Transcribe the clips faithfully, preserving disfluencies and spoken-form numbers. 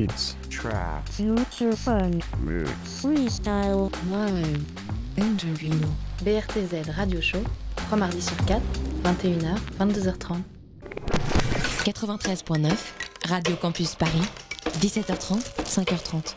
beats, trap, future funk, mix, freestyle, live, interview. B R T Z Radio Show, trois mardis sur quatre, vingt et une heures, vingt-deux heures trente. quatre-vingt-treize virgule neuf, Radio Campus Paris, dix-sept heures trente, cinq heures trente.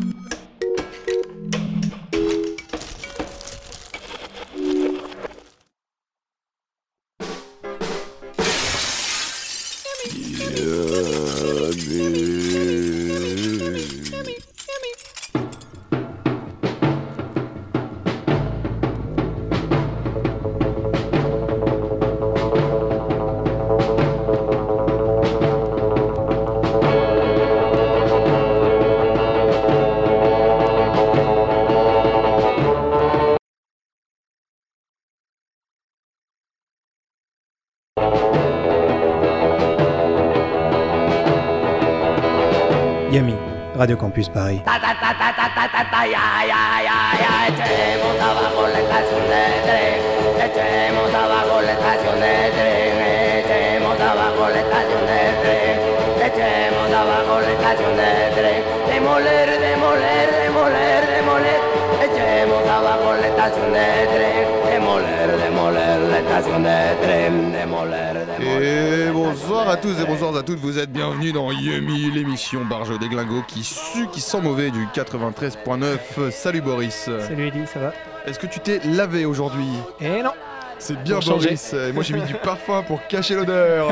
Yami, Radio Campus Paris. Ta ta ta ta ta ta ta ta ya ya ya ya echemos abajo la estación de tren, echemos abajo la estación de tren, echemos abajo la estación de tren, echemos abajo la estación de tren, demoler, demoler, demoler, demoler, echemos abajo la estación de tren, demoler, demoler la estación de tren, demoler, demoler. Et bonsoir à tous et bonsoir à toutes, vous êtes bienvenus dans Yumi, l'émission Barge des Glingos qui sue, qui sent mauvais du quatre-vingt-treize virgule neuf. Salut Boris. Salut Eddie, ça va? Est-ce que tu t'es lavé aujourd'hui? Eh non. C'est bien Pour Boris, et moi j'ai mis du parfum pour cacher l'odeur.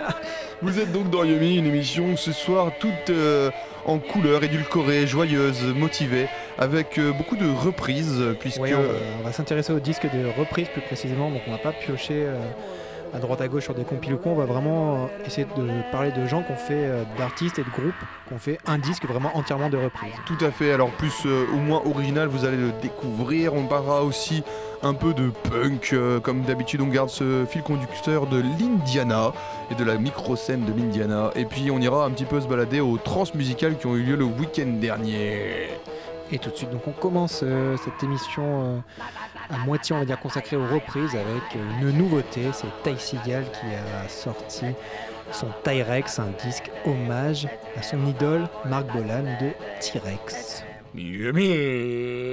Vous êtes donc dans Yumi, une émission ce soir toute euh, en couleur, édulcorée, joyeuse, motivée, avec euh, beaucoup de reprises, puisque... Oui, on, va, on va s'intéresser aux disques de reprise plus précisément, donc on va pas piocher euh, à droite à gauche sur des compiles ou quoi, on va vraiment euh, essayer de parler de gens qui ont fait, euh, d'artistes et de groupes, qui ont fait un disque vraiment entièrement de reprise. Tout à fait, alors plus euh, ou moins original, vous allez le découvrir, on parlera aussi un peu de punk, euh, comme d'habitude on garde ce fil conducteur de l'Indiana et de la micro-scène de l'Indiana, et puis on ira un petit peu se balader aux transmusicales qui ont eu lieu le week-end dernier. Et tout de suite, donc on commence euh, cette émission euh, à moitié, on va dire, consacrée aux reprises avec euh, une nouveauté, c'est Ty Segall qui a sorti son T-Rex, un disque hommage à son idole Marc Bolan de T-Rex. Yummy.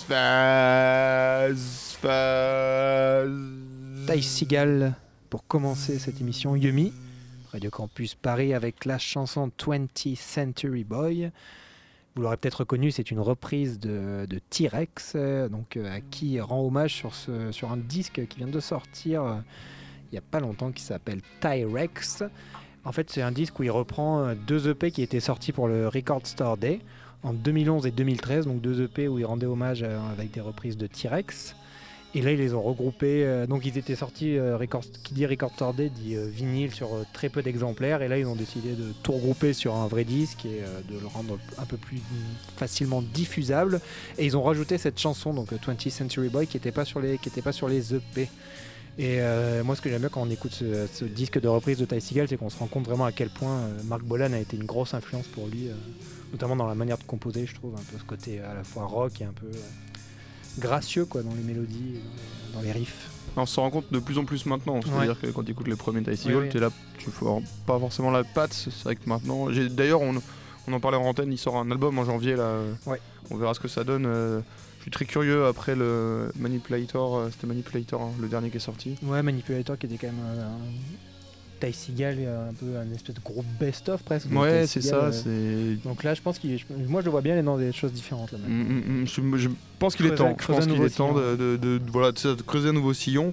phase, phase. Ty Segall pour commencer cette émission Yumi, Radio Campus Paris avec la chanson twentieth Century Boy. Vous l'aurez peut-être reconnu, c'est une reprise de, de T-Rex, euh, donc, euh, à qui rend hommage sur, ce, sur un disque qui vient de sortir euh, il n'y a pas longtemps, qui s'appelle T-Rex. En fait, c'est un disque où il reprend euh, deux E P qui étaient sortis pour le Record Store Day en deux mille onze et deux mille treize, donc deux E P où il rendait hommage euh, avec des reprises de T-Rex. Et là, ils les ont regroupés. Euh, donc, ils étaient sortis, euh, record, qui dit Record Store Day dit euh, vinyle sur euh, très peu d'exemplaires. Et là, ils ont décidé de tout regrouper sur un vrai disque et euh, de le rendre un peu plus facilement diffusable. Et ils ont rajouté cette chanson, donc euh, twentieth Century Boy, qui n'était pas sur les, qui était pas sur les E P. Et euh, moi, ce que j'aime bien quand on écoute ce, ce disque de reprise de Ty Segall, c'est qu'on se rend compte vraiment à quel point euh, Marc Bolan a été une grosse influence pour lui, euh, notamment dans la manière de composer, je trouve, un peu ce côté à la fois rock et un peu. Euh, gracieux quoi dans les mélodies, dans les riffs. On se rend compte de plus en plus maintenant, c'est-à-dire ouais. que quand tu écoutes les premiers Ty Segall, oui, oui. t'es là, tu vois pas forcément la patte, c'est vrai que maintenant, j'ai, d'ailleurs on, on en parlait en antenne, il sort un album en janvier là, ouais. on verra ce que ça donne, euh, je suis très curieux après le Manipulator, euh, c'était Manipulator hein, le dernier qui est sorti. Ouais, Manipulator qui était quand même euh, un... Ty Segall, un peu un espèce de gros best-of presque. Ouais, c'est ça. Euh... C'est... Donc là, je pense qu'il, je... moi, je le vois bien aller dans des choses différentes là. Mmh, mmh, je, je pense qu'il creuser, est temps. Je pense qu'il est temps de, de, de, de, voilà, de, de creuser un nouveau sillon.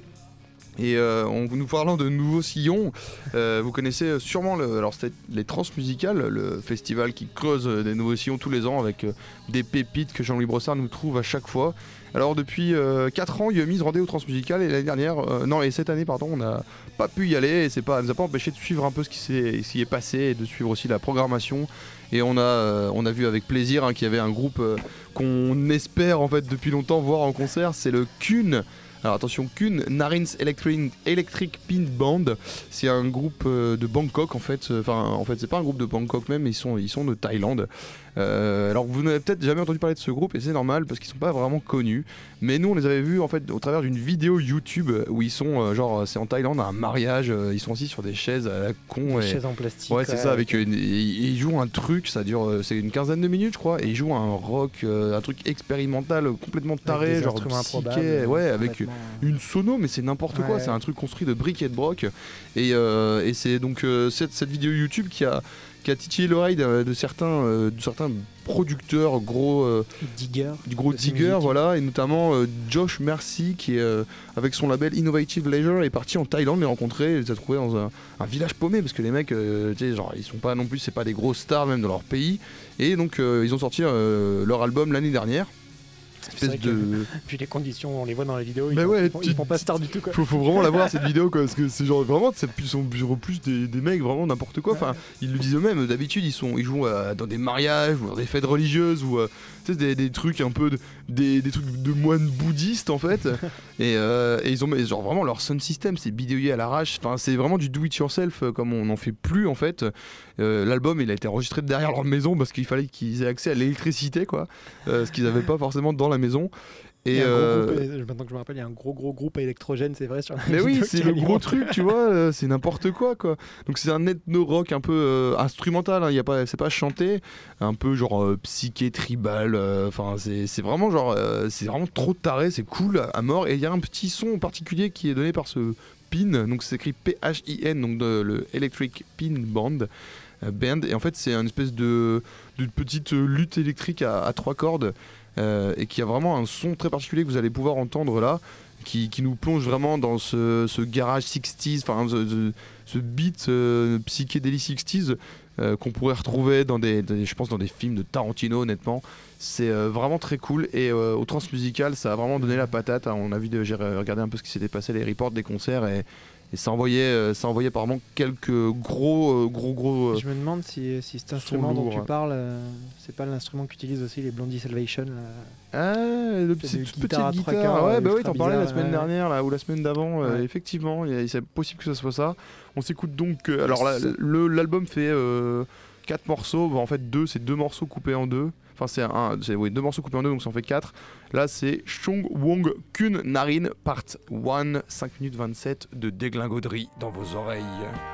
Et euh, en nous parlant de nouveaux sillons, euh, vous connaissez sûrement le, alors c'était les Transmusicales, le festival qui creuse des nouveaux sillons tous les ans avec euh, des pépites que Jean-Louis Brossard nous trouve à chaque fois. Alors depuis euh, quatre ans, Yumi se rendait au Transmusicales et l'année dernière, euh, non et cette année pardon, on n'a pas pu y aller et c'est pas, ça nous a pas empêché de suivre un peu ce qui s'est, ce qui est passé et de suivre aussi la programmation. Et on a, euh, on a vu avec plaisir hein, qu'il y avait un groupe euh, qu'on espère en fait depuis longtemps voir en concert, c'est le Kun. Alors attention, Kun, Narins Electric, Electric Pin Band, c'est un groupe euh, de Bangkok en fait, enfin en fait c'est pas un groupe de Bangkok même, ils sont, ils sont de Thaïlande. Euh, alors vous n'avez peut-être jamais entendu parler de ce groupe et c'est normal parce qu'ils sont pas vraiment connus, mais nous on les avait vus en fait au travers d'une vidéo YouTube où ils sont euh, genre c'est en Thaïlande à un mariage, euh, ils sont assis sur des chaises à la con. Des et... chaises en plastique. Ouais c'est ouais, ça, avec, avec... Euh, ils jouent un truc, ça dure euh, c'est une quinzaine de minutes je crois, et ils jouent un rock, euh, un truc expérimental complètement taré, genre psyché, ouais avec une sono mais c'est n'importe ouais, quoi, ouais. C'est un truc construit de briques et de broc et, euh, et c'est donc euh, cette, cette vidéo YouTube qui a qui a titillé l'oreille de, de certains euh, de certains producteurs gros euh, digger du gros digger voilà, et notamment euh, Josh Mercy qui est euh, avec son label Innovative Leisure est parti en Thaïlande les rencontrer, il les a trouvés dans un, un village paumé parce que les mecs euh, tu sais genre ils sont pas non plus, c'est pas des grosses stars même dans leur pays, et donc euh, ils ont sorti euh, leur album l'année dernière. Espèce de... Puis les conditions, on les voit dans la vidéo, ils, bah font, ouais, ils, font, tu... ils font pas star du tout quoi. Faut, faut vraiment la voir cette vidéo quoi, parce que c'est genre vraiment, c'est sont plus des, des mecs vraiment n'importe quoi. Enfin, ils le disent eux-mêmes. D'habitude, ils sont, ils jouent euh, dans des mariages ou dans des fêtes religieuses ou euh, tu sais des, des trucs un peu de, des, des trucs de moines bouddhistes en fait. et, euh, et ils ont genre vraiment leur sound system, c'est bidouillé à l'arrache. Enfin, c'est vraiment du do it yourself euh, comme on n'en fait plus en fait. Euh, l'album, il a été enregistré derrière leur maison parce qu'il fallait qu'ils aient accès à l'électricité quoi, euh, ce qu'ils n'avaient pas forcément dans la maison. Et euh... groupe, maintenant que je me rappelle, il y a un gros gros groupe électrogène, c'est vrai sur la mais oui, c'est le gros truc, tu vois, euh, c'est n'importe quoi quoi. Donc c'est un ethno rock un peu euh, instrumental, hein, y a pas, c'est pas chanté, un peu genre euh, psyché tribal. Enfin, euh, c'est, c'est vraiment genre, euh, c'est vraiment trop taré, c'est cool à mort. Et il y a un petit son particulier qui est donné par ce Pin, donc c'est écrit P H I N, donc de, le Electric Pin Band. Band, et en fait c'est une espèce de, de petite lutte électrique à, à trois cordes euh, et qui a vraiment un son très particulier que vous allez pouvoir entendre là, qui, qui nous plonge vraiment dans ce, ce garage sixties, enfin ce, ce beat euh, psychédélique sixties euh, qu'on pourrait retrouver dans des, des, je pense dans des films de Tarantino honnêtement. C'est euh, vraiment très cool et euh, au Transmusical ça a vraiment donné la patate, hein. On a vu, de, j'ai regardé un peu ce qui s'était passé, les reports des concerts, et Et ça envoyait, euh, ça envoyait apparemment quelques gros, euh, gros, gros. Euh, je me demande si, si cet instrument dont tu parles, euh, c'est pas l'instrument qu'utilisent aussi les Blondie Salvation. Là. Ah, le c'est petite guitare petite guitare. guitare. Ouais, bah oui, t'en parlais la semaine ouais. dernière là, ou la semaine d'avant. Ouais. Euh, effectivement, y a, c'est possible que ça soit ça. On s'écoute donc. Euh, alors là, le, l'album fait euh, quatre morceaux. Bon, en fait, deux, c'est deux morceaux coupés en deux. Enfin, c'est, un, c'est oui, deux morceaux coupés en deux, donc ça en fait quatre. Là, c'est Chong Wong Kun Narin Part un, cinq minutes vingt-sept de déglingoderie dans vos oreilles.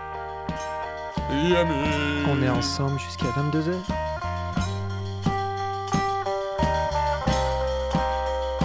Yummy. On est ensemble jusqu'à vingt-deux heures.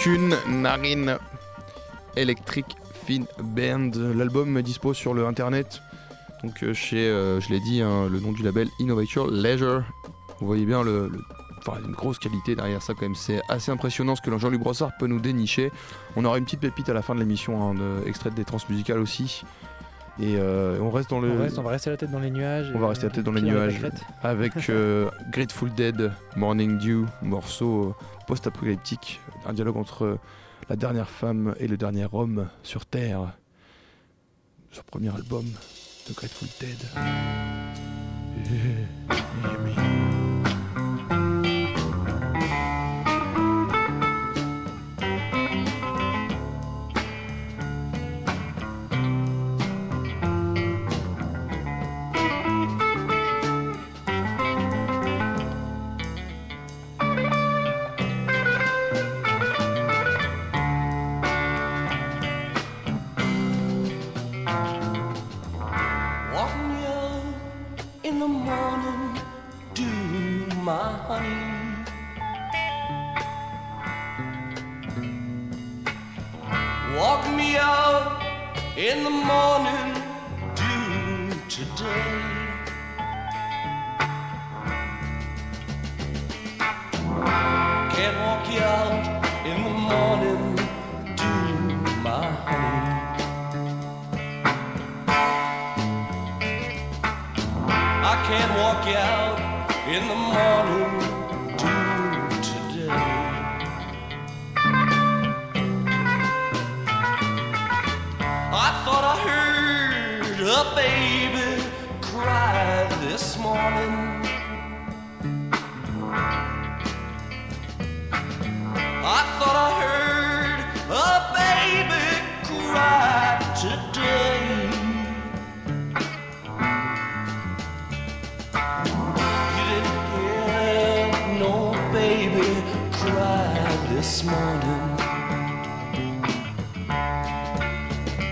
Kuhn, Narine, Electric Fin Band. L'album est dispo sur le internet. Donc euh, chez, euh, je l'ai dit, hein, le nom du label Innovature Leisure. Vous voyez bien le, le enfin, une grosse qualité derrière ça quand même. C'est assez impressionnant ce que Jean-Luc Brossard peut nous dénicher. On aura une petite pépite à la fin de l'émission, hein, de, extraite des transmusicales aussi. Et euh, on reste dans le. On, reste, on va rester la tête dans les nuages. On va rester la tête dans les nuages avec euh, Grateful Dead, Morning Dew, morceau post-apocalyptique, un dialogue entre la dernière femme et le dernier homme sur Terre. Son premier album de Grateful Dead. Yeah, yeah, yeah.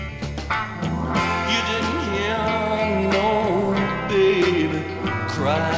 Cry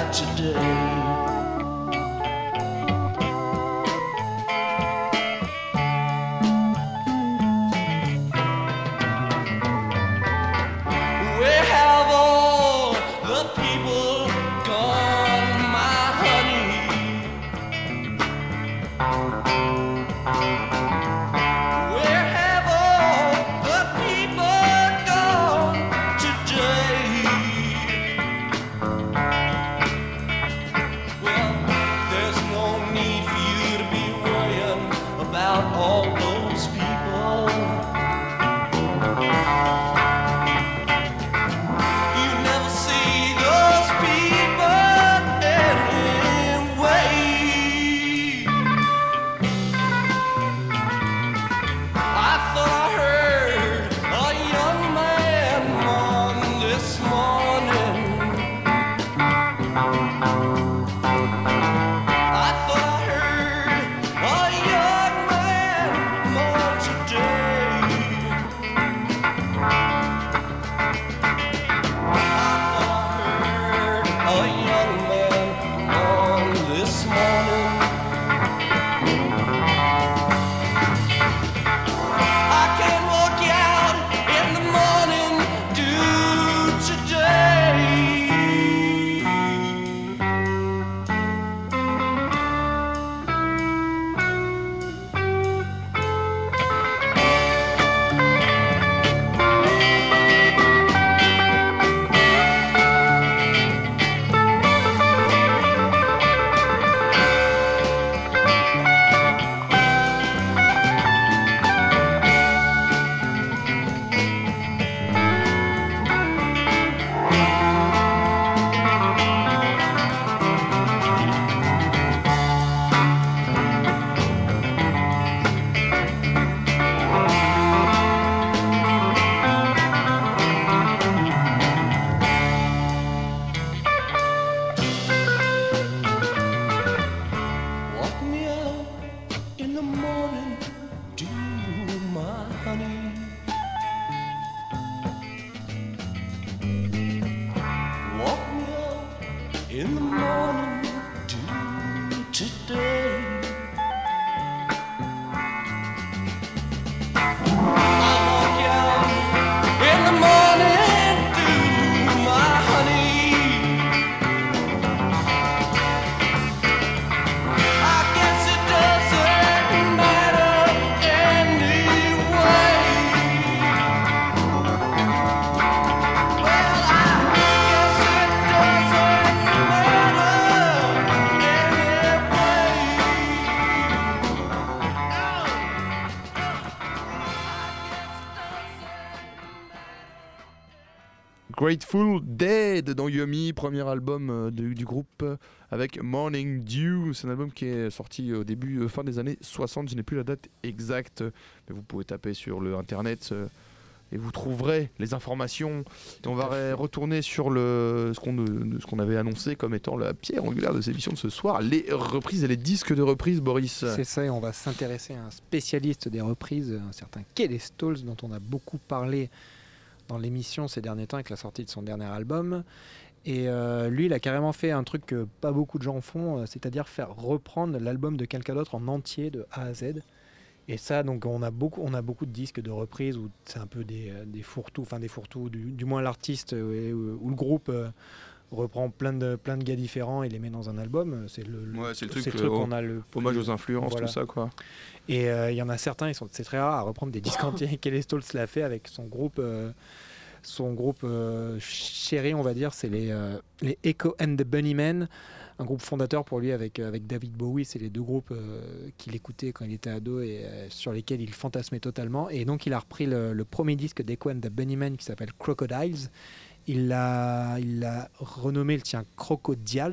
Grateful Dead dans Yummy, premier album euh, de, du groupe euh, avec Morning Dew. C'est un album qui est sorti au début, euh, fin des années soixante. Je n'ai plus la date exacte, mais vous pouvez taper sur le internet euh, et vous trouverez les informations. Et on va ré- retourner sur le, ce, qu'on, euh, ce qu'on avait annoncé comme étant la pierre angulaire de cette émission de ce soir, les reprises et les disques de reprises, Boris. C'est ça, et on va s'intéresser à un spécialiste des reprises, un certain Kelly Stalls, dont on a beaucoup parlé dans l'émission ces derniers temps avec la sortie de son dernier album. Et euh, lui, il a carrément fait un truc que pas beaucoup de gens font, euh, c'est-à-dire faire reprendre l'album de quelqu'un d'autre en entier de A à Z. Et ça, donc, on a beaucoup, on a beaucoup de disques de reprises où c'est un peu des, des fourre-tout, enfin des fourre-tout, du, du moins l'artiste euh, ou le groupe euh, reprend plein de, plein de gars différents et les met dans un album. C'est le, le, Ouais, c'est le truc, c'est le euh, truc oh, qu'on a le plus- Hommage aux influences, Voilà. tout ça, quoi. Et il euh, y en a certains, ils sont, c'est très rare à reprendre des disques entiers. Kelly Stalls l'a fait avec son groupe, euh, son groupe euh, chéri, on va dire, c'est les, euh, les Echo and the Bunnymen, un groupe fondateur pour lui avec, euh, avec David Bowie. C'est les deux groupes euh, qu'il écoutait quand il était ado et euh, sur lesquels il fantasmait totalement. Et donc il a repris le, le premier disque d'Echo and the Bunnymen qui s'appelle Crocodiles. Il l'a, il l'a renommé le tien Crocodiles.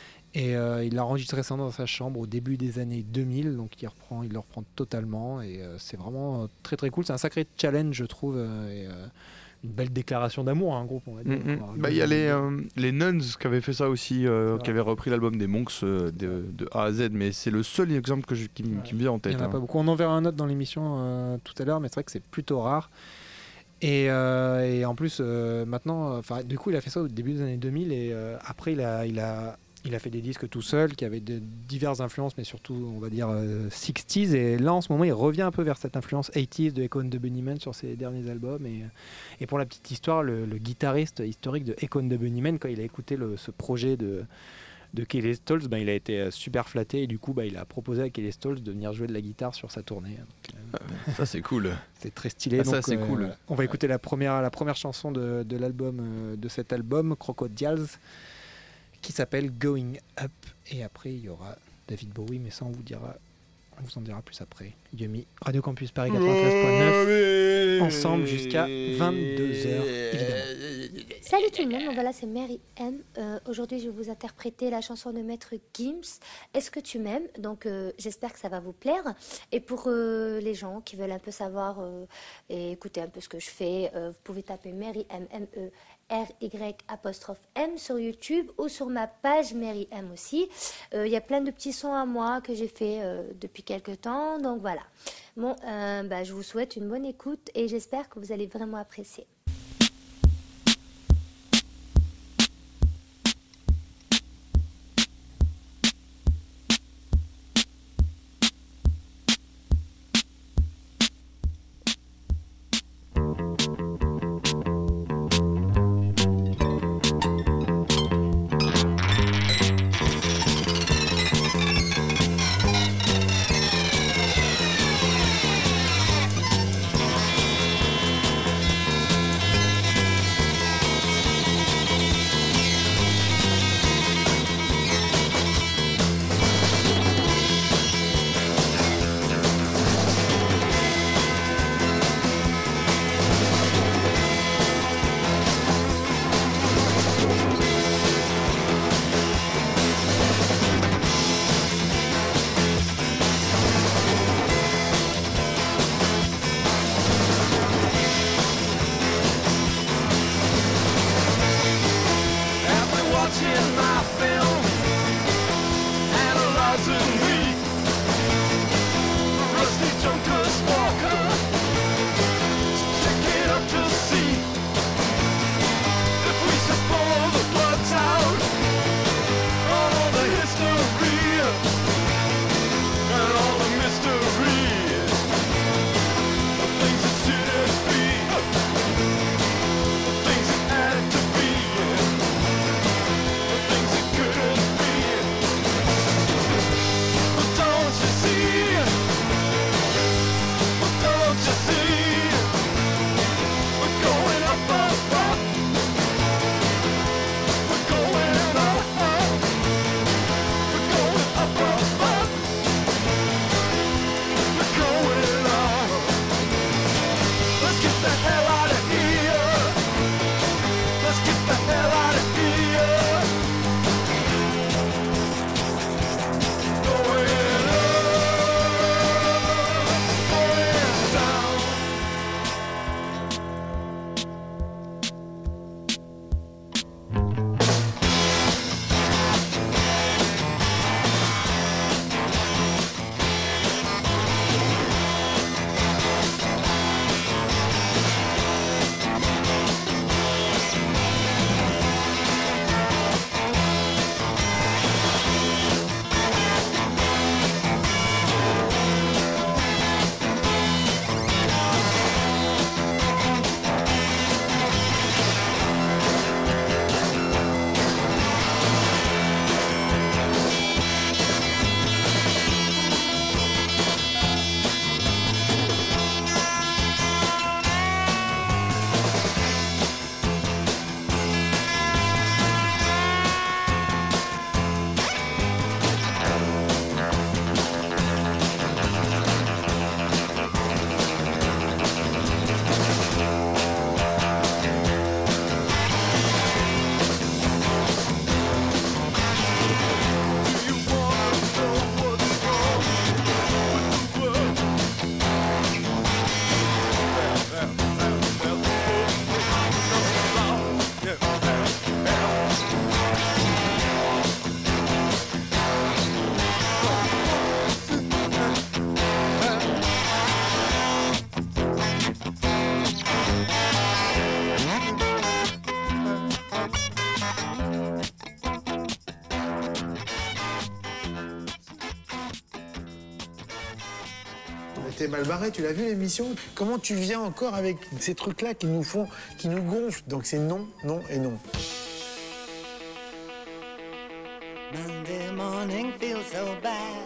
Et euh, il l'a enregistré ça dans sa chambre au début des années deux mille, donc il, reprend, il le reprend totalement, et euh, c'est vraiment euh, très très cool. C'est un sacré challenge, je trouve, euh, et euh, une belle déclaration d'amour à un groupe, on va dire. Mm-hmm. Enfin, Bah, il y a les, euh, les Nuns qui avaient fait ça aussi, euh, C'est qui avaient repris l'album des Monks euh, de, de A à Z, mais c'est le seul exemple que je- qui, m- Ouais. qui me vient en Il tête. n'y en a hein. pas beaucoup. On en verra un autre dans l'émission euh, tout à l'heure, mais c'est vrai que c'est plutôt rare. Et, euh, et en plus, euh, maintenant, enfin, du coup, il a fait ça au début des années deux mille, et euh, après, il a, il a Il a fait des disques tout seul qui avaient de diverses influences, mais surtout, on va dire, euh, sixties. Et là, en ce moment, il revient un peu vers cette influence eighties de Echo and the Bunnymen sur ses derniers albums. Et, et pour la petite histoire, le, le guitariste historique de Echo and the Bunnymen, quand il a écouté le, ce projet de, de Kelly Stalls, ben, il a été super flatté. Et du coup, ben, il a proposé à Kelly Stalls de venir jouer de la guitare sur sa tournée. Donc, euh, Ça, c'est cool. c'est très stylé. Ah, ça, donc, c'est euh, cool. On va écouter la première, la première chanson de, de l'album, euh, de cet album, Crocodiles, qui s'appelle Going Up. Et après, il y aura David Bowie, mais ça, on vous dira, on vous en dira plus après. Yummy, Radio Campus Paris quatre-vingt-treize point neuf, ensemble jusqu'à vingt-deux heures, évidemment. Salut tout le monde, donc voilà, c'est Mary M. Euh, aujourd'hui, je vais vous interpréter la chanson de Maître Gims, Est-ce que tu m'aimes? Donc, euh, j'espère que ça va vous plaire. Et pour euh, les gens qui veulent un peu savoir euh, et écouter un peu ce que je fais, euh, vous pouvez taper Mary M, M E R Y apostrophe M sur YouTube ou sur ma page Mary M aussi. Il euh, y a plein de petits sons à moi que j'ai fait euh, depuis quelques temps, donc voilà. Bon, euh, bah, je vous souhaite une bonne écoute et j'espère que vous allez vraiment apprécier. Don't T'es mal barré, tu l'as vu l'émission? Comment tu viens encore avec ces trucs-là qui nous font, qui nous gonflent? Donc c'est non, non et non. Monday morning feels so bad.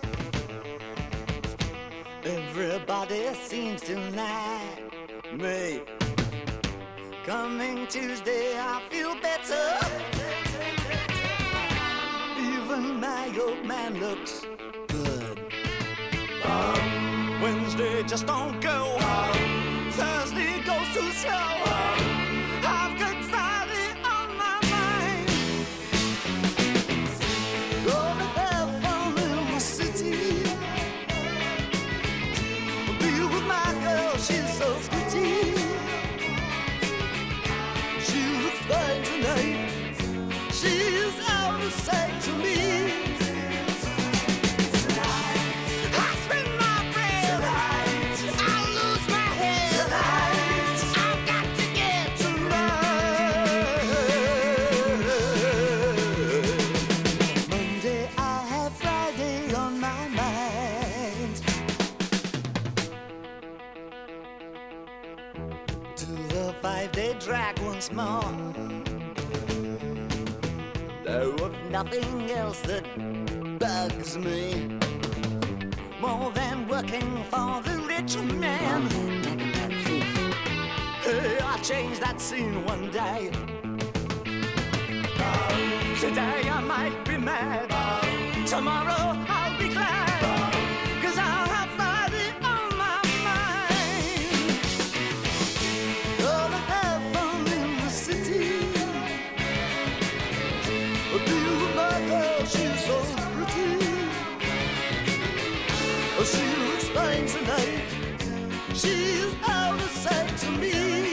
Everybody seems to like me. Coming Tuesday, I feel better. Even my old man looks good. Um, Wednesday just don't go. Um, Thursday goes too slow. Um, I've got Friday on my mind. Gonna have fun in my city. Be with my girl, she's so pretty. She looks fine tonight. She's out to say to me. Drag once more. There was nothing else that bugs me more than working for the rich man. Hey, I changed that scene one day. Today I might be mad. Tomorrow I'll be glad. Cause I'll have Friday on my mind. Gonna have fun in the city. Be with my girl, she's so pretty. She looks fine tonight. She's out to say to me.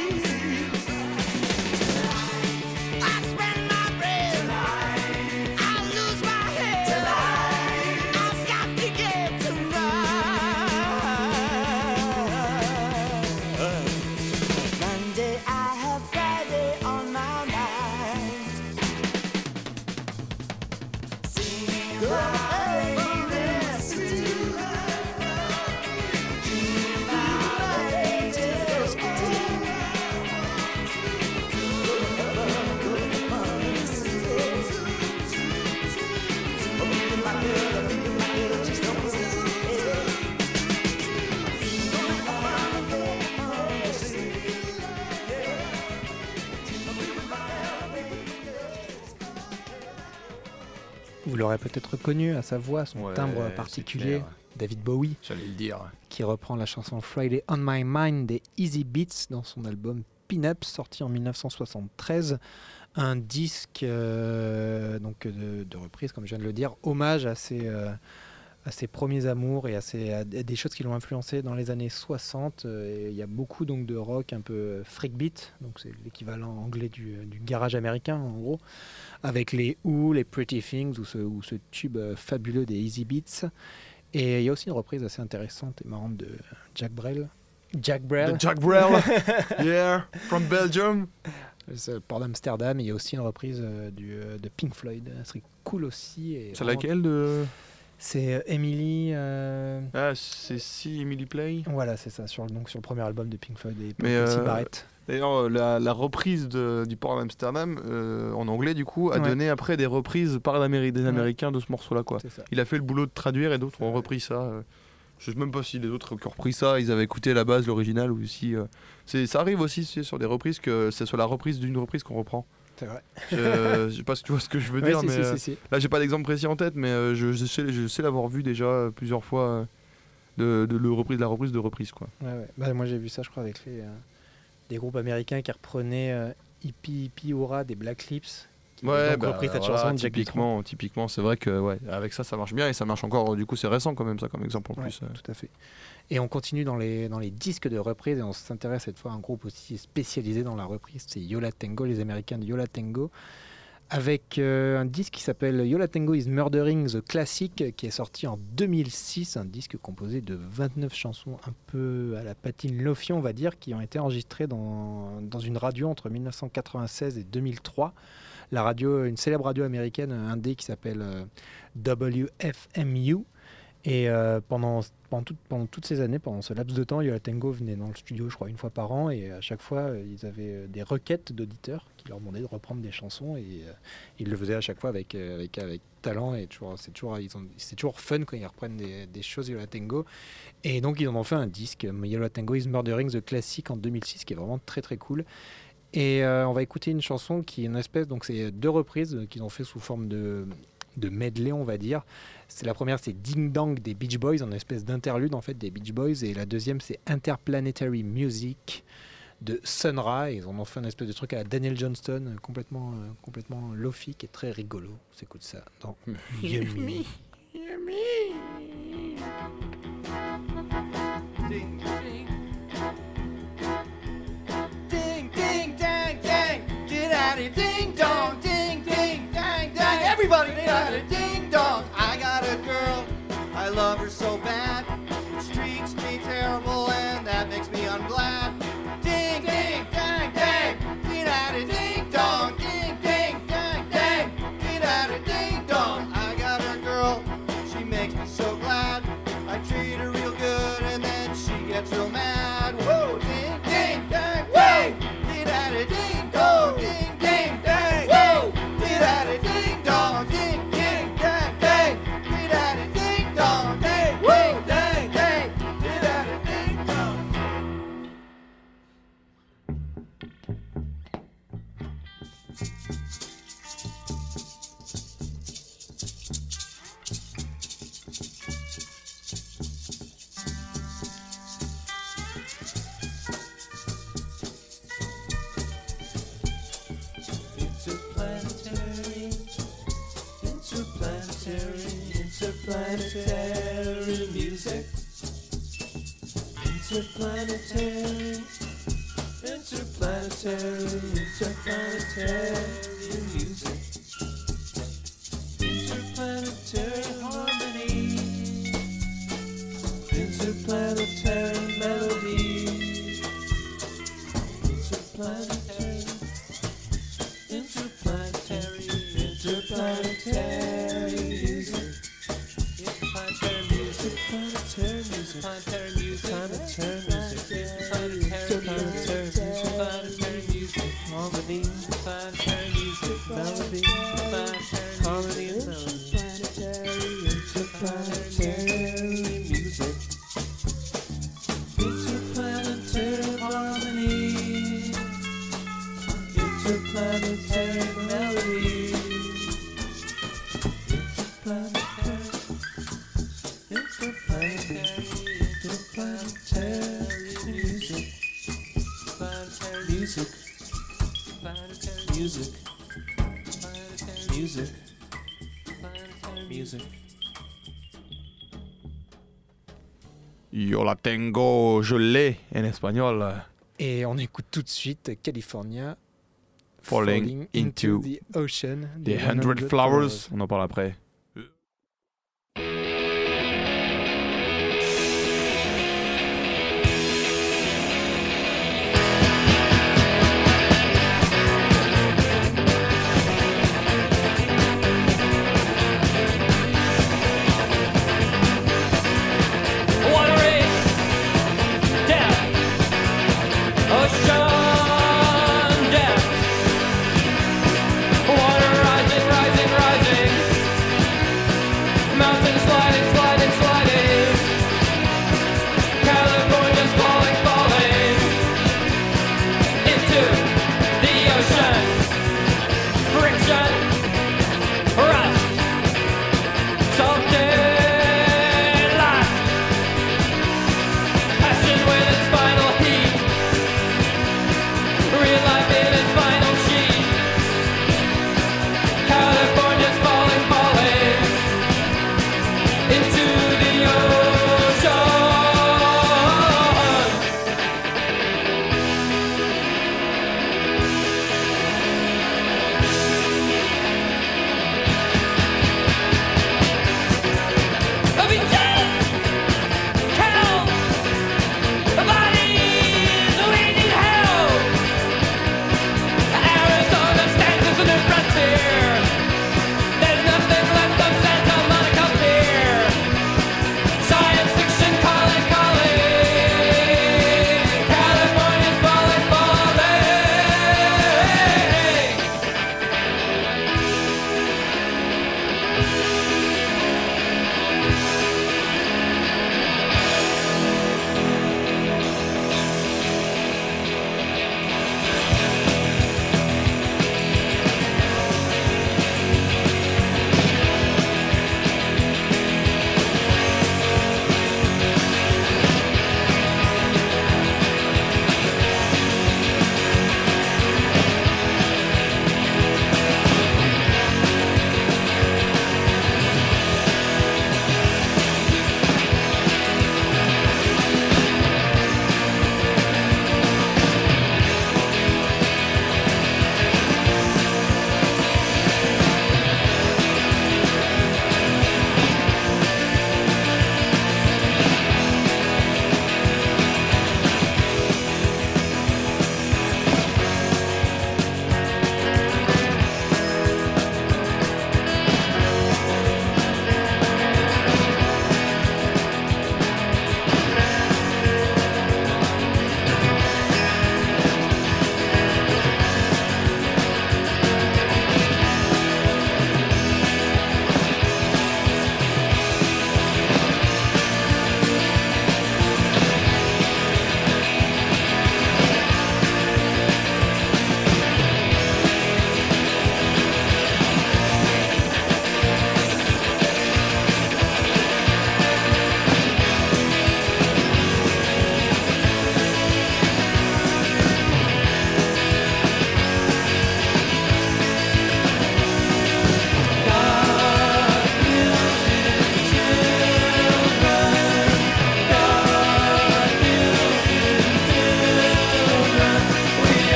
Vous l'aurez peut-être reconnu à sa voix, son Ouais, timbre c'est particulier, clair. David Bowie, J'allais le dire. qui reprend la chanson Friday on My Mind des Easy Beats dans son album Pin-Up, sorti en mille neuf cent soixante-treize. Un disque euh, donc de, de reprise, comme je viens de le dire, hommage à ses, euh, à ses premiers amours et à, ses, à des choses qui l'ont influencé dans les années soixante. Et il y a beaucoup donc, de rock un peu freak beat, donc c'est l'équivalent anglais du, du garage américain en gros, avec les Who, les Pretty Things ou ce, ou ce tube fabuleux des Easy Beats. Et il y a aussi une reprise assez intéressante et marrante de Jack Brel. Jack Brel. De Jack Brel. Yeah, from Belgium. C'est le port d'Amsterdam. Et il y a aussi une reprise euh, du, euh, de Pink Floyd. Ce serait cool aussi. Et C'est vraiment- laquelle de... C'est euh, Emily. euh, Ah, c'est si Emily Play. Voilà, c'est ça. Sur, le- donc, sur le premier album de Pink Floyd et Mais, Pussy euh, Barrett. D'ailleurs, la, la reprise de- du port d'Amsterdam, euh, en anglais du coup, a Ouais. donné après des reprises par l'Améri- des Ouais. Américains de ce morceau-là, quoi. C'est ça. Il a fait le boulot de traduire et d'autres ont repris ça. euh. Je sais même pas si les autres qui ont repris ça, ils avaient écouté la base, l'original, ou si. euh, c'est, ça arrive aussi c'est sur des reprises que c'est sur la reprise d'une reprise qu'on reprend. C'est vrai. Je, je sais pas si tu vois ce que je veux Ouais, dire, si, mais si, euh, si, si. là j'ai pas d'exemple précis en tête, mais euh, je, je sais, je sais l'avoir vu déjà euh, plusieurs fois euh, de, de, le reprise, de la reprise de reprise, quoi. Ouais, ouais. Bah, moi, j'ai vu ça, je crois, avec les, euh, des groupes américains qui reprenaient euh, Hippie Hippie Hurrah des Black Lips. Qui avaient donc repris cette voilà, chanson de Jack Dutronc. typiquement, typiquement, c'est vrai que ouais, avec ça, ça marche bien et ça marche encore. Du coup, c'est récent quand même, ça, comme exemple en Ouais, plus. euh. tout à fait. Et on continue dans les, dans les disques de reprise et on s'intéresse cette fois à un groupe aussi spécialisé dans la reprise. C'est Yo La Tengo, les Américains de Yo La Tengo, avec euh, un disque qui s'appelle Yo La Tengo is Murdering the Classic, qui est sorti en deux mille six, un disque composé de vingt-neuf chansons un peu à la patine Lofi, on va dire, qui ont été enregistrées dans, dans une radio entre mille neuf cent quatre-vingt-seize et deux mille trois. La radio, une célèbre radio américaine indé qui s'appelle euh, W F M U. Et euh, pendant, pendant, tout, pendant toutes ces années, pendant ce laps de temps, Yo La Tengo venait dans le studio, je crois, une fois par an, et à chaque fois, euh, ils avaient euh, des requêtes d'auditeurs qui leur demandaient de reprendre des chansons, et euh, ils le faisaient à chaque fois avec, euh, avec, avec talent, et toujours, c'est, toujours, ils ont, c'est toujours fun quand ils reprennent des, des choses Yo La Tengo. Et donc, ils en ont fait un disque, Yo La Tengo is Murdering the Classic en deux mille six, qui est vraiment très très cool. Et euh, on va écouter une chanson qui est une espèce, donc c'est deux reprises qu'ils ont fait sous forme de... de medley, on va dire. C'est la première, c'est Ding Dong des Beach Boys, en espèce d'interlude en fait des Beach Boys, et la deuxième c'est Interplanetary Music de Sun Ra. Ils en ont fait un espèce de truc à la Daniel Johnston, complètement euh, complètement lofi, qui est très rigolo. On s'écoute ça dans Yummy. Ding, ding. Ding, ding, dang, dang. Get out of ding dong, ding, ding, dang, dang. Everybody, get out of ding dong. I got a girl, I love her so bad. She treats me terrible, and that makes me unglad. Ding, ding, dang, dang. Get out of ding dong, ding, ding, dang, dang. Get out of ding dong. I got a girl, she makes me so glad. I treat her real good, and then she gets real mad. Woo! Ding, ding, dang, woo! Get out of ding dong, ding, ding, dang, woo! Get out of ding dong, ding, ding, dang, dang. Get out of ding dong, ding, woo! Dang, dang. Get out of ding dong. Interplanetary, interplanetary, interplanetary music. Interplanetary, interplanetary, interplanetary music. Interplanetary harmony, interplanetary melody. Interplanetary, interplanetary, interplanetary music. Interplanetary music, interplanetary music, interplanetary music, interplanetary music, interplanetary music, harmony, interplanetary music, melody, harmony and melody, interplanetary music, interplanetary harmony, interplanetary melody, interplanetary, interplanetary, interplanetary music, music, music, music, music. Yo La Tengo, je l'ai en espagnol. Et on écoute tout de suite California Falling into the Ocean. The Hundred Flowers. On en parle après. Ocean depth, water rising, rising, rising.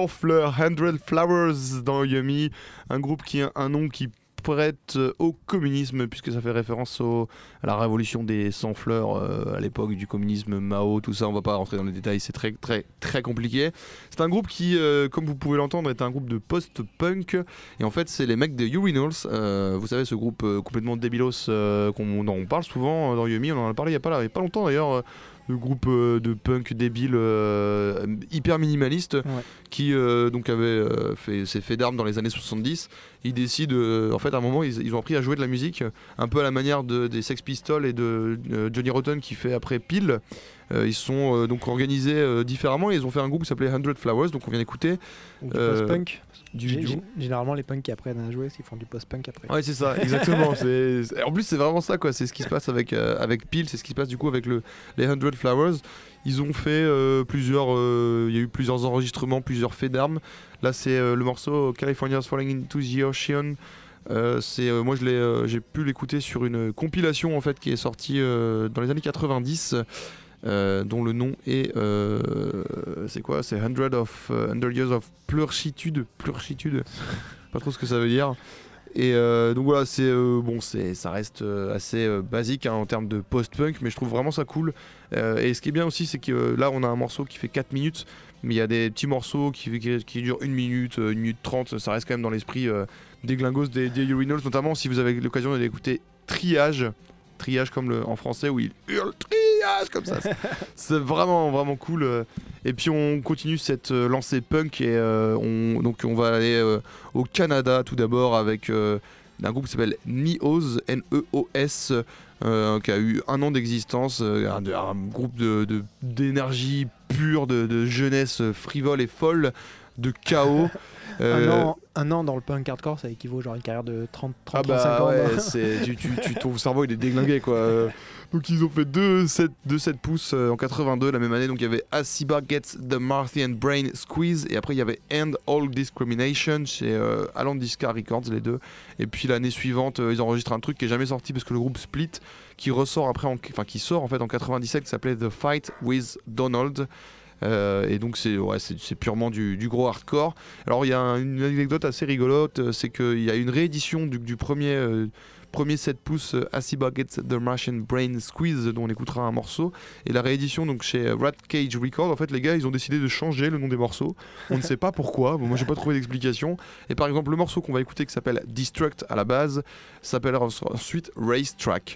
Fleurs, Hundred Flowers dans Yummy, un groupe qui a un nom qui prête au communisme puisque ça fait référence au, à la révolution des cent fleurs euh, à l'époque du communisme, Mao, tout ça. On va pas rentrer dans les détails, c'est très très très compliqué. C'est un groupe qui, euh, comme vous pouvez l'entendre, est un groupe de post-punk et en fait c'est les mecs de Urinals, euh, vous savez ce groupe euh, complètement débilos euh, qu'on, dont on parle souvent dans Yummy, on en a parlé il y a pas, il y a pas longtemps d'ailleurs. Euh, le groupe euh, de punk débile euh, hyper minimaliste ouais. qui euh, donc avait euh, fait ses faits d'armes dans les années soixante-dix. Ils décident euh, en fait à un moment ils, ils ont appris à jouer de la musique un peu à la manière de, des Sex Pistols et de euh, Johnny Rotten qui fait après Peel. Euh, ils sont euh, donc organisés euh, différemment et ils ont fait un groupe qui s'appelait Hundred Flowers, donc on vient d'écouter du euh, post-punk. Du, G- du... Généralement les punks qui apprennent à jouer, ils font du post-punk après. Ouais c'est ça, exactement. c'est... En plus c'est vraiment ça quoi, c'est ce qui se passe avec, euh, avec Peel, c'est ce qui se passe du coup avec le, les Hundred Flowers. Ils ont fait euh, plusieurs, il euh, y a eu plusieurs enregistrements, plusieurs faits d'armes. Là c'est euh, le morceau California's Falling Into the Ocean. Euh, c'est, euh, moi je l'ai, euh, j'ai pu l'écouter sur une compilation en fait qui est sortie euh, dans les années quatre-vingt-dix. Euh, dont le nom est euh, c'est quoi c'est Hundred of uh, Hundred Years of Pleurchitude Pleurchitude pas trop ce que ça veut dire et euh, donc voilà c'est euh, bon c'est ça reste euh, assez euh, basique hein, en termes de post-punk mais je trouve vraiment ça cool euh, et ce qui est bien aussi c'est que euh, là on a un morceau qui fait quatre minutes mais il y a des petits morceaux qui, qui, qui durent une minute une minute trente, ça reste quand même dans l'esprit euh, des glingos des, des Urinals, notamment si vous avez l'occasion d'aller écouter Triage Triage comme le, en français où il hurle triage comme ça. C'est, c'est vraiment vraiment cool. Et puis on continue cette euh, lancée punk et euh, on, donc on va aller euh, au Canada tout d'abord avec euh, un groupe qui s'appelle Neos, N E O S, euh, qui a eu un an d'existence, euh, un, un groupe de, de, d'énergie pure, de, de jeunesse frivole et folle, de chaos. Euh... Un, an, un an dans le punk hardcore, ça équivaut genre à une carrière de trente à trente-cinq ah bah ans. Ouais, c'est, tu, tu, tu, ton cerveau il est déglingué quoi. Donc ils ont fait deux sept pouces en quatre-vingt-deux, la même année. Donc il y avait Asiba Gets the Martian Brain Squeeze et après il y avait End All Discrimination chez euh, Alandiska Records, les deux. Et puis l'année suivante, euh, ils enregistrent un truc qui est jamais sorti parce que le groupe split, qui ressort après, en, enfin qui sort en fait en quatre-vingt-dix-sept, qui s'appelait The Fight with Donald. Euh, et donc c'est, ouais, c'est, c'est purement du, du gros hardcore. Alors il y a un, une anecdote assez rigolote, c'est qu'il y a une réédition du, du premier, euh, premier sept pouces euh, Asiba Gets the Martian Brain Squeeze dont on écoutera un morceau. Et la réédition donc chez Rat Cage Records, en fait les gars ils ont décidé de changer le nom des morceaux. On ne sait pas pourquoi, bon, moi j'ai pas trouvé d'explication. Et par exemple le morceau qu'on va écouter qui s'appelle Destruct à la base s'appellera ensuite Racetrack.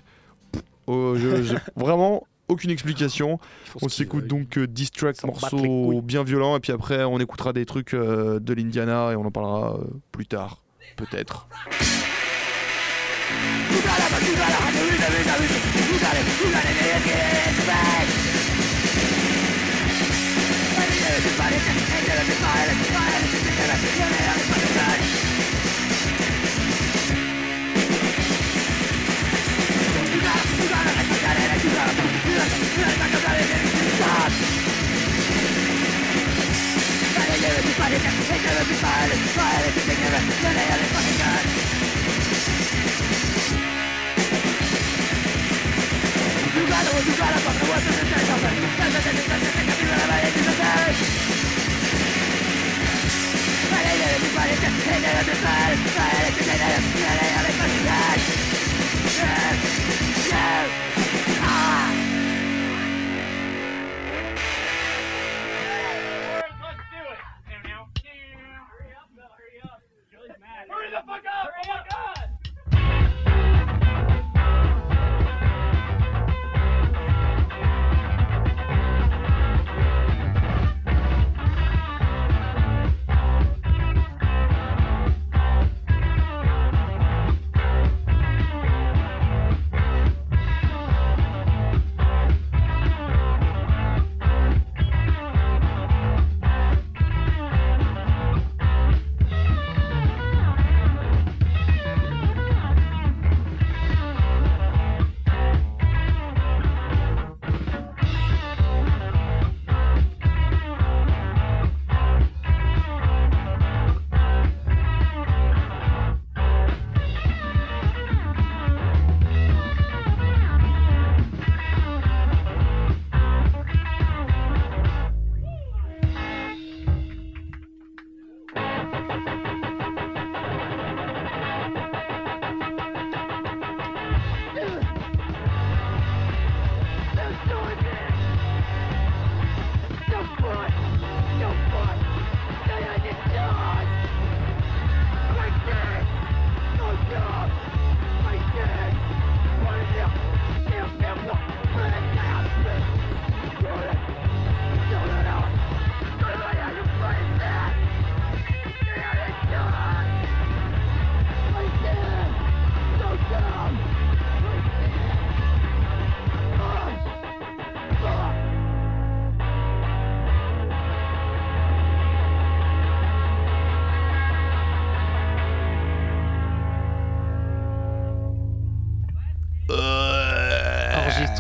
Oh, je, je, vraiment... Aucune explication. On s'écoute donc euh, Distract, morceau bien violent, et puis après on écoutera des trucs euh, de l'Indiana et on en parlera euh, plus tard, peut-être.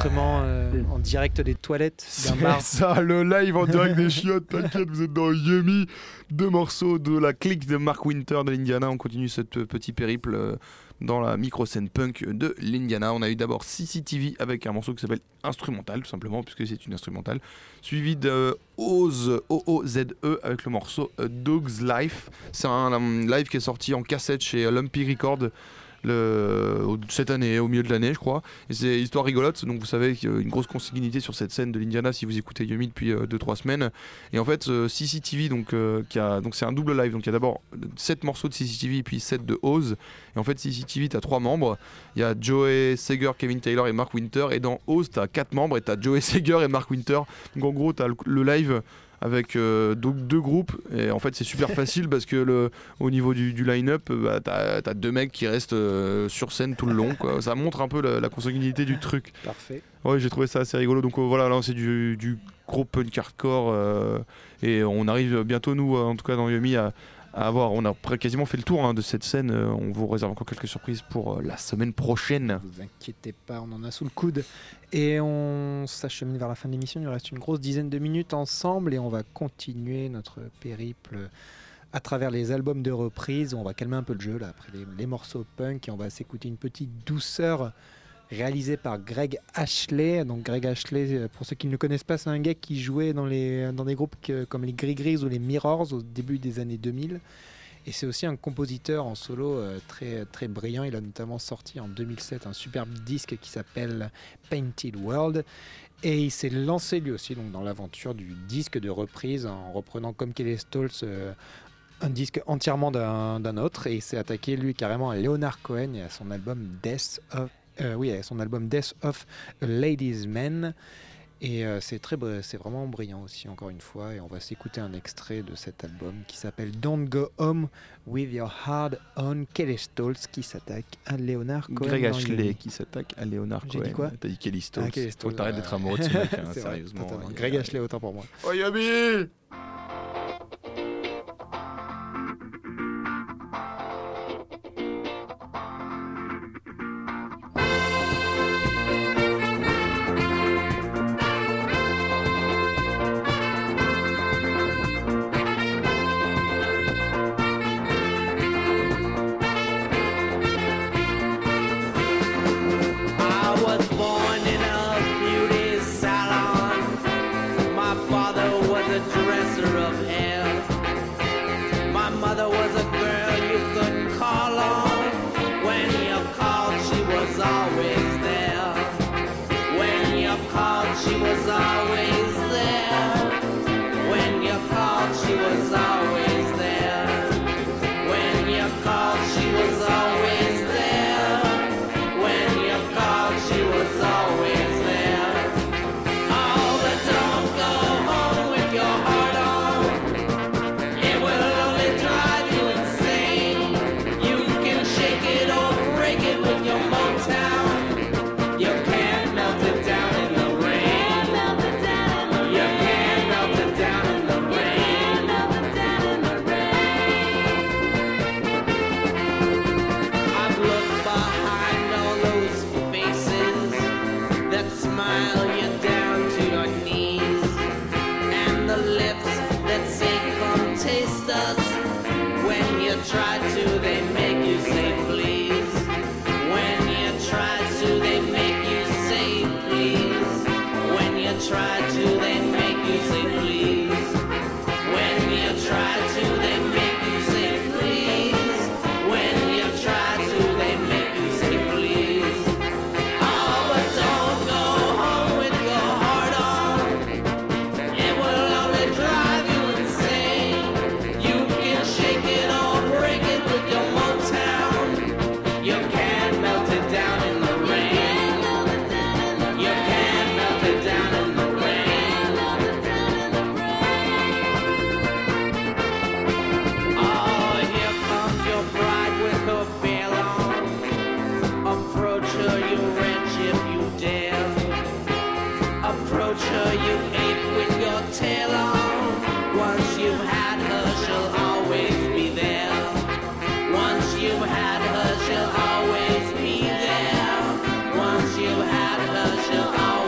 enregistrement euh, en direct des toilettes d'un bar. C'est ça, le live en direct des chiottes. T'inquiète, vous êtes dans Yummy. Deux morceaux de la clique de Mark Winter de l'Indiana. On continue ce petit périple euh, dans la micro-scène punk de l'Indiana. On a eu d'abord C C T V avec un morceau qui s'appelle Instrumental, tout simplement, puisque c'est une instrumentale. Suivi de Oz, O O Z E avec le morceau Dog's Life. C'est un, un live qui est sorti en cassette chez Lumpy Records. Le, cette année, au milieu de l'année je crois, et c'est histoire rigolote, donc vous savez qu'il y a une grosse consanguinité sur cette scène de l'Indiana si vous écoutez Yummy depuis deux trois semaines, et en fait euh, C C T V donc, euh, qui a, donc c'est un double live, donc il y a d'abord sept morceaux de C C T V et puis sept de Oz, et en fait C C T V t'as trois membres, il y a Joey Sager, Kevin Taylor et Mark Winter, et dans Oz t'as quatre membres et t'as Joey Sager et Mark Winter, donc en gros t'as le, le live avec euh, donc deux groupes, et en fait c'est super facile parce que le, au niveau du, du line-up bah, t'as, t'as deux mecs qui restent euh, sur scène tout le long quoi. Ça montre un peu la, la consanguinité du truc. Parfait. Ouais, j'ai trouvé ça assez rigolo, donc euh, voilà, là c'est du, du gros punk hardcore euh, et on arrive bientôt nous en tout cas dans Yummy à, à avoir, on a quasiment fait le tour hein, de cette scène, on vous réserve encore quelques surprises pour euh, la semaine prochaine. Ne vous inquiétez pas, on en a sous le coude. Et on s'achemine vers la fin de l'émission, il nous reste une grosse dizaine de minutes ensemble et on va continuer notre périple à travers les albums de reprise. On va calmer un peu le jeu là, après les, les morceaux punk, et on va s'écouter une petite douceur réalisée par Greg Ashley. Donc Greg Ashley, pour ceux qui ne le connaissent pas, c'est un gars qui jouait dans, les, dans des groupes que, comme les Grigris ou les Mirrors au début des années deux mille. Et c'est aussi un compositeur en solo euh, très, très brillant. Il a notamment sorti en deux mille sept un superbe disque qui s'appelle Painted World. Et il s'est lancé lui aussi donc, dans l'aventure du disque de reprise en reprenant comme Kelly Stoltz euh, un disque entièrement d'un, d'un autre. Et il s'est attaqué lui carrément à Leonard Cohen et à son album Death of, euh, oui, à son album Death of a Ladies Man. Et euh, c'est, très, c'est vraiment brillant aussi, encore une fois. Et on va s'écouter un extrait de cet album qui s'appelle Don't Go Home With Your Heart On, Kelly Stoltz qui s'attaque à Leonard Cohen. Greg Ashley qui s'attaque à Leonard Cohen. J'ai dit quoi ? T'as dit Kelly Stoltz. Ah, Kelly Stoltz. Faut t'arrêter d'être amoureux de ce mec, hein, sérieusement. Vrai, ouais, Greg Ashley, autant pour moi. Oh Yummy! She'll always be there. Once you had her, she'll always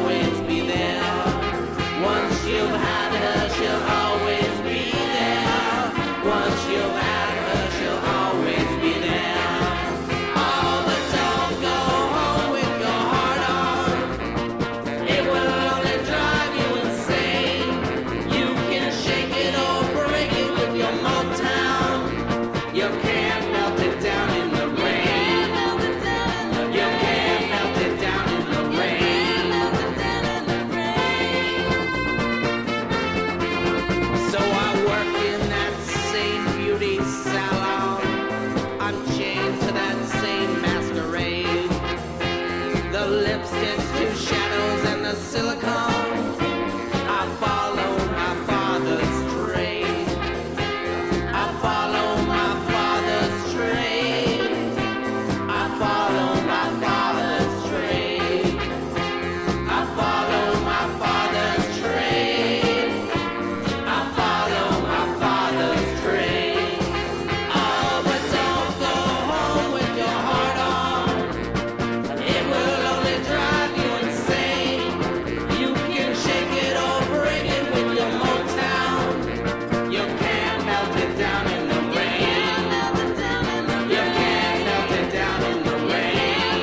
I'm chained to that same masquerade. The lipsticks to shadows and the silicone. I follow my father's trade. I follow my father's trade. I follow my father's trade. I follow my father's trade. I follow my father's trade. Oh, but don't go home with your heart on. It will only drive you insane. You can shake it or break it with your Motown. You can't melt it down in the rain. You can't melt it down in the rain.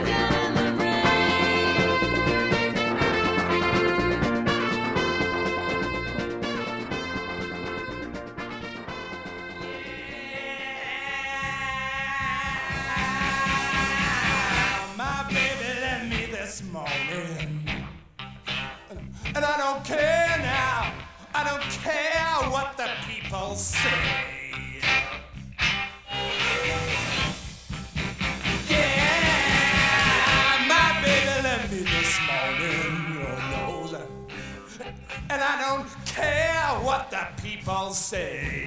My baby left me this morning, and I don't care now. I don't care what the people say. Yeah, my baby left me this morning, Lord knows, and I don't care what the people say.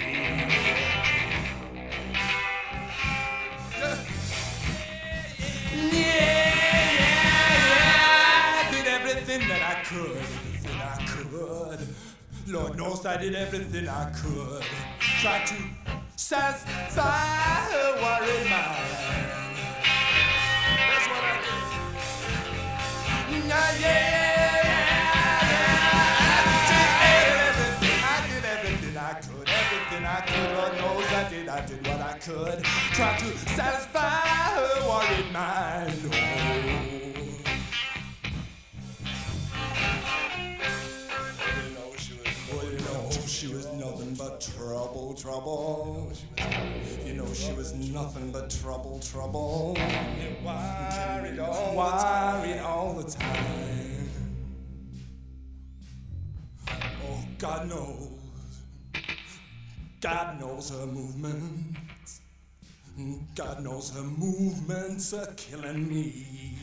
Yeah, yeah, yeah. I did everything that I could, everything I could. Lord knows I did everything I could. Try to satisfy her worried mind. That's what I did. Yeah, yeah, yeah. I did everything, I did everything I could, everything I could. Lord knows I did, I did what I could. Try to satisfy her worried mind. Oh. You know she was, well, you know she was nothing but trouble, trouble. You know she was nothing but trouble, trouble. Worried all, worried all the time. Oh, God knows, God knows her movements. God knows her movements are killing me.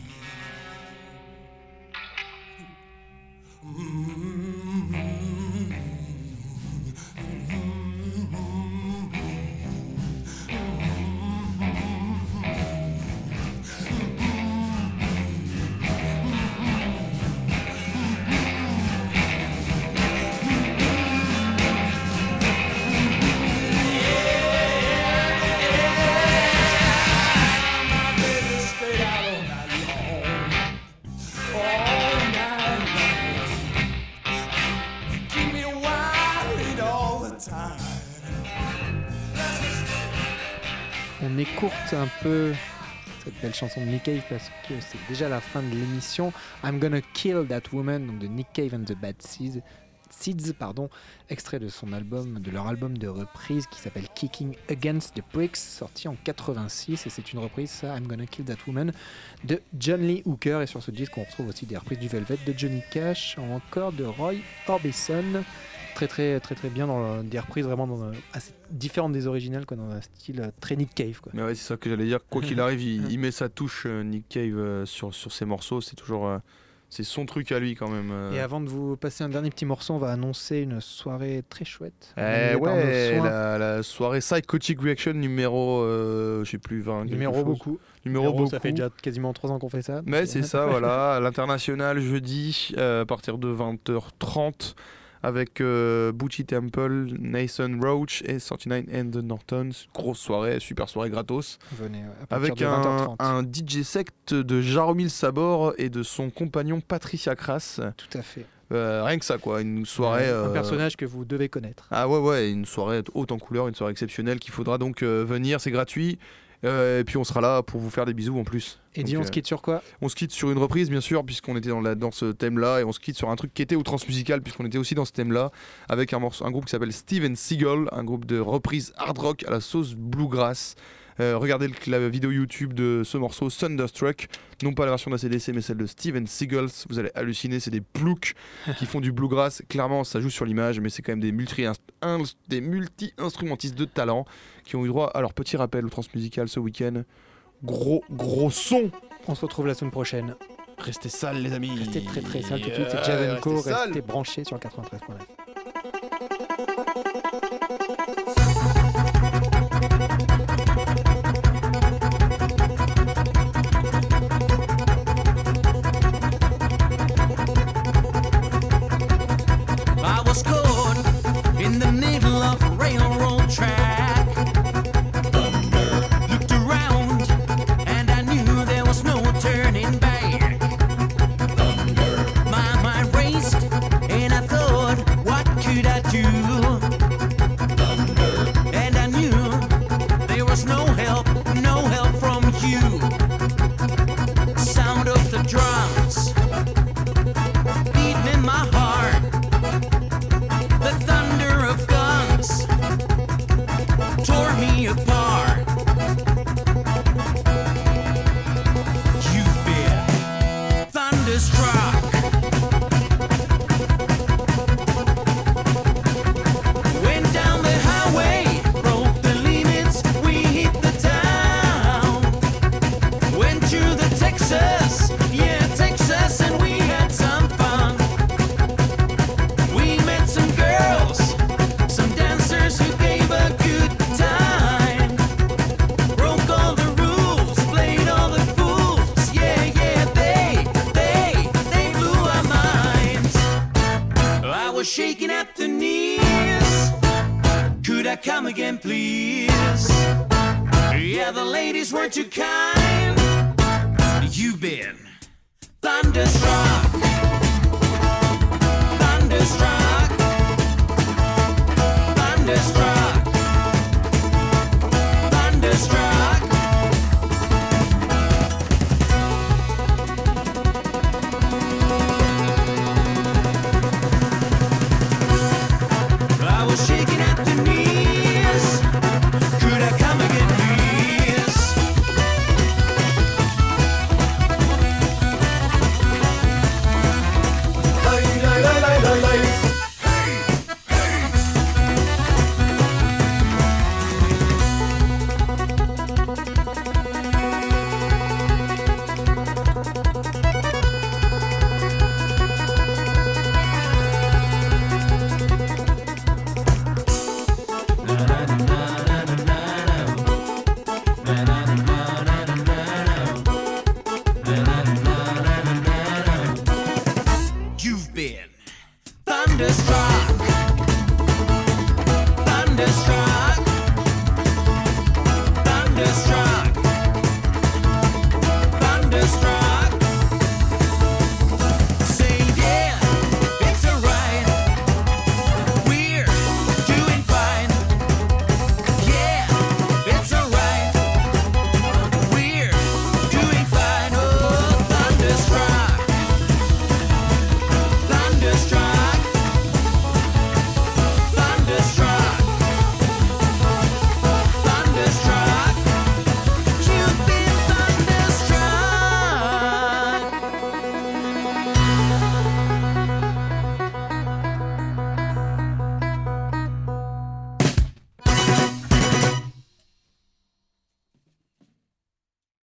On écourte un peu cette belle chanson de Nick Cave parce que c'est déjà la fin de l'émission. I'm Gonna Kill That Woman, donc de Nick Cave and the Bad Seeds, Seeds pardon, extrait de son album, de leur album de reprise qui s'appelle Kicking Against the Pricks, sorti en quatre-vingt-six, et c'est une reprise, ça, I'm Gonna Kill That Woman, de John Lee Hooker. Et sur ce disque, on retrouve aussi des reprises du Velvet, de Johnny Cash, ou encore de Roy Orbison. Très très très très bien, dans le, des reprises vraiment dans, assez différentes des originales, quoi, dans un style très Nick Cave, quoi. Mais ouais, c'est ça que j'allais dire. Quoi qu'il arrive, il, il met sa touche euh, Nick Cave euh, sur sur ses morceaux. C'est toujours euh, c'est son truc à lui quand même. Euh. Et avant de vous passer un dernier petit morceau, on va annoncer une soirée très chouette. Eh ouais, la, la soirée Psychotic Reaction numéro, euh, je sais plus vingt. Numéro beaucoup. Numéro, numéro beaucoup. Ça fait déjà quasiment trois ans qu'on fait ça. Mais c'est ça, voilà. À l'international jeudi euh, à partir de vingt heures trente. Avec euh, Butchie Temple, Nathan Roach et soixante-dix-neuf and the Nortons. Grosse soirée, super soirée gratos. Venez, avec un, un D J set de Jaromil Sabor et de son compagnon Patricia Crass. Tout à fait. Euh, rien que ça, quoi. Une soirée. Un euh... personnage que vous devez connaître. Ah ouais, ouais, une soirée haute en couleur, une soirée exceptionnelle qu'il faudra donc euh, venir, c'est gratuit. Euh, et puis on sera là pour vous faire des bisous en plus. Et dis, on euh, se quitte sur quoi ? On se quitte sur une reprise, bien sûr, puisqu'on était dans, la, dans ce thème-là, et on se quitte sur un truc qui était au transmusical, puisqu'on était aussi dans ce thème-là, avec un, morceau, un groupe qui s'appelle Steven Seagal, un groupe de reprise hard rock à la sauce bluegrass. Euh, regardez le, la vidéo YouTube de ce morceau Thunderstruck, non pas la version d'A C D C mais celle de Steven Seagals. Vous allez halluciner, c'est des ploucs qui font du bluegrass. Clairement ça joue sur l'image, mais c'est quand même des multi des multi-instrumentistes de talent qui ont eu droit à leur petit rappel au Transmusical ce week-end. Gros gros son. On se retrouve la semaine prochaine. Restez sales les amis. Restez très très sales tout de suite. C'est Javenco, restez, restez branchés sur le quatre-vingt-treize point neuf. I was caught in the middle of a railroad track. Thunder. Looked around and I knew there was no turning back. Thunder. My mind raced and I thought, what could I do? Thunder. And I knew there was no help, no help from you. Sound of the drums beating in my heart. The thunder of guns tore me apart. You've been thunderstruck. Went down the highway, broke the limits, we hit the town. Went to the Texas, yeah, Texas, and we had some fun. We met some girls, some dancers who gave a good time. Broke all the rules, played all the fools. Yeah, yeah, they, they, they blew our minds. I was shaking at the knees. Could I come again, please? Yeah, the ladies weren't too kind. You've been thunderstruck. Thunderstruck. Thunderstruck.